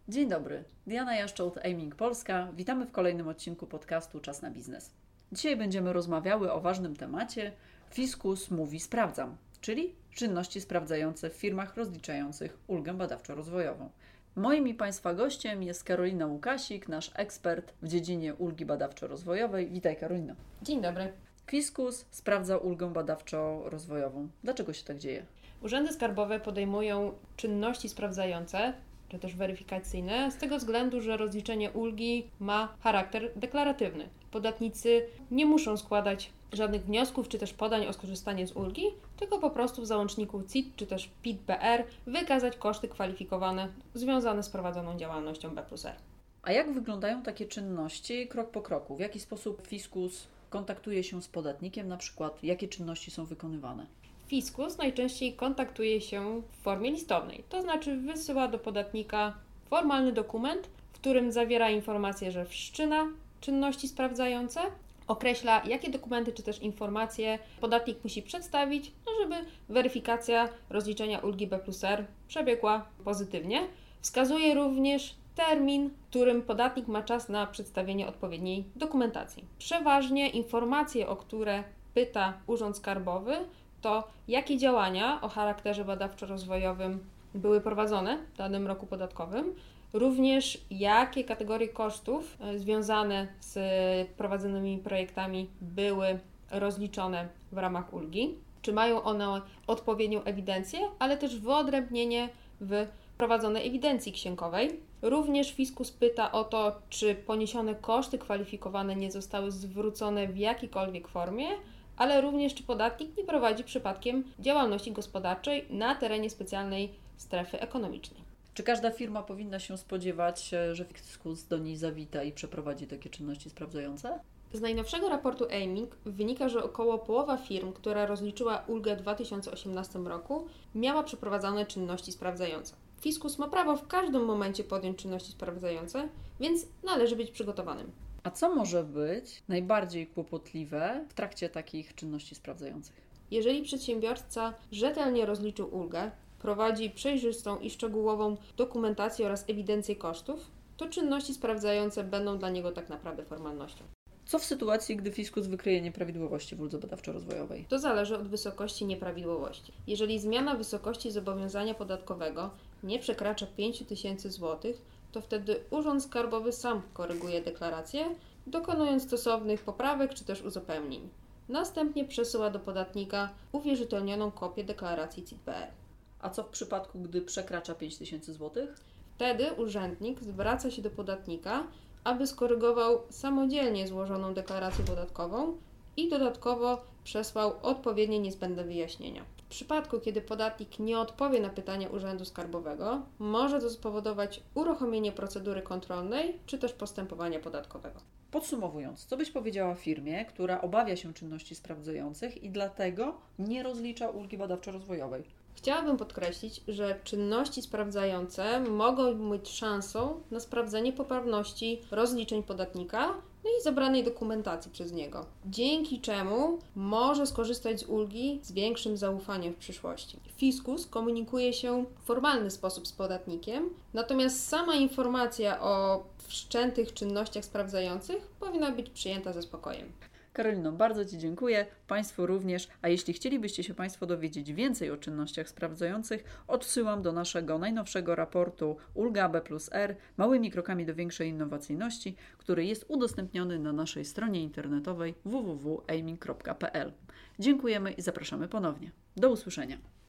Dzień dobry, Diana Jaszczołt, Aiming Polska. Witamy w kolejnym odcinku podcastu Czas na biznes. Dzisiaj będziemy rozmawiały o ważnym temacie. Fiskus mówi sprawdzam, czyli czynności sprawdzające w firmach rozliczających ulgę badawczo-rozwojową. Moim i Państwa gościem jest Karolina Łukasik, nasz ekspert w dziedzinie ulgi badawczo-rozwojowej. Witaj, Karolino. Dzień dobry. Fiskus sprawdza ulgę badawczo-rozwojową. Dlaczego się tak dzieje? Urzędy skarbowe podejmują czynności sprawdzające, czy też weryfikacyjne, z tego względu, że rozliczenie ulgi ma charakter deklaratywny. Podatnicy nie muszą składać żadnych wniosków czy też podań o skorzystanie z ulgi, tylko po prostu w załączniku CIT czy też PIT-BR wykazać koszty kwalifikowane związane z prowadzoną działalnością B+R. A jak wyglądają takie czynności krok po kroku? W jaki sposób Fiskus kontaktuje się z podatnikiem, na przykład jakie czynności są wykonywane? Fiskus najczęściej kontaktuje się w formie listownej, to znaczy wysyła do podatnika formalny dokument, w którym zawiera informację, że wszczyna czynności sprawdzające, określa, jakie dokumenty czy też informacje podatnik musi przedstawić, żeby weryfikacja rozliczenia ulgi B+R przebiegła pozytywnie. Wskazuje również termin, w którym podatnik ma czas na przedstawienie odpowiedniej dokumentacji. Przeważnie informacje, o które pyta Urząd Skarbowy, to jakie działania o charakterze badawczo-rozwojowym były prowadzone w danym roku podatkowym, również jakie kategorie kosztów związane z prowadzonymi projektami były rozliczone w ramach ulgi, czy mają one odpowiednią ewidencję, ale też wyodrębnienie w prowadzonej ewidencji księgowej. Również Fiskus pyta o to, czy poniesione koszty kwalifikowane nie zostały zwrócone w jakiejkolwiek formie, ale również czy podatnik nie prowadzi przypadkiem działalności gospodarczej na terenie specjalnej strefy ekonomicznej. Czy każda firma powinna się spodziewać, że Fiskus do niej zawita i przeprowadzi takie czynności sprawdzające? Z najnowszego raportu Aiming wynika, że około połowa firm, która rozliczyła ulgę w 2018 roku, miała przeprowadzane czynności sprawdzające. Fiskus ma prawo w każdym momencie podjąć czynności sprawdzające, więc należy być przygotowanym. A co może być najbardziej kłopotliwe w trakcie takich czynności sprawdzających? Jeżeli przedsiębiorca rzetelnie rozliczył ulgę, prowadzi przejrzystą i szczegółową dokumentację oraz ewidencję kosztów, to czynności sprawdzające będą dla niego tak naprawdę formalnością. Co w sytuacji, gdy Fiskus wykryje nieprawidłowości w uldze badawczo-rozwojowej? To zależy od wysokości nieprawidłowości. Jeżeli zmiana wysokości zobowiązania podatkowego nie przekracza 5 tysięcy złotych, to wtedy Urząd Skarbowy sam koryguje deklarację, dokonując stosownych poprawek czy też uzupełnień. Następnie przesyła do podatnika uwierzytelnioną kopię deklaracji CIT-BR. A co w przypadku, gdy przekracza 5 tysięcy złotych? Wtedy urzędnik zwraca się do podatnika, aby skorygował samodzielnie złożoną deklarację podatkową i dodatkowo przesłał odpowiednie niezbędne wyjaśnienia. W przypadku, kiedy podatnik nie odpowie na pytania Urzędu Skarbowego, może to spowodować uruchomienie procedury kontrolnej czy też postępowania podatkowego. Podsumowując, co byś powiedziała firmie, która obawia się czynności sprawdzających i dlatego nie rozlicza ulgi badawczo-rozwojowej? Chciałabym podkreślić, że czynności sprawdzające mogą być szansą na sprawdzenie poprawności rozliczeń podatnika, no i zebranej dokumentacji przez niego, dzięki czemu może skorzystać z ulgi z większym zaufaniem w przyszłości. Fiskus komunikuje się w formalny sposób z podatnikiem, natomiast sama informacja o wszczętych czynnościach sprawdzających powinna być przyjęta ze spokojem. Karolino, bardzo Ci dziękuję, Państwu również, a jeśli chcielibyście się Państwo dowiedzieć więcej o czynnościach sprawdzających, odsyłam do naszego najnowszego raportu Ulga B+R małymi krokami do większej innowacyjności, który jest udostępniony na naszej stronie internetowej www.aiming.pl. Dziękujemy i zapraszamy ponownie. Do usłyszenia.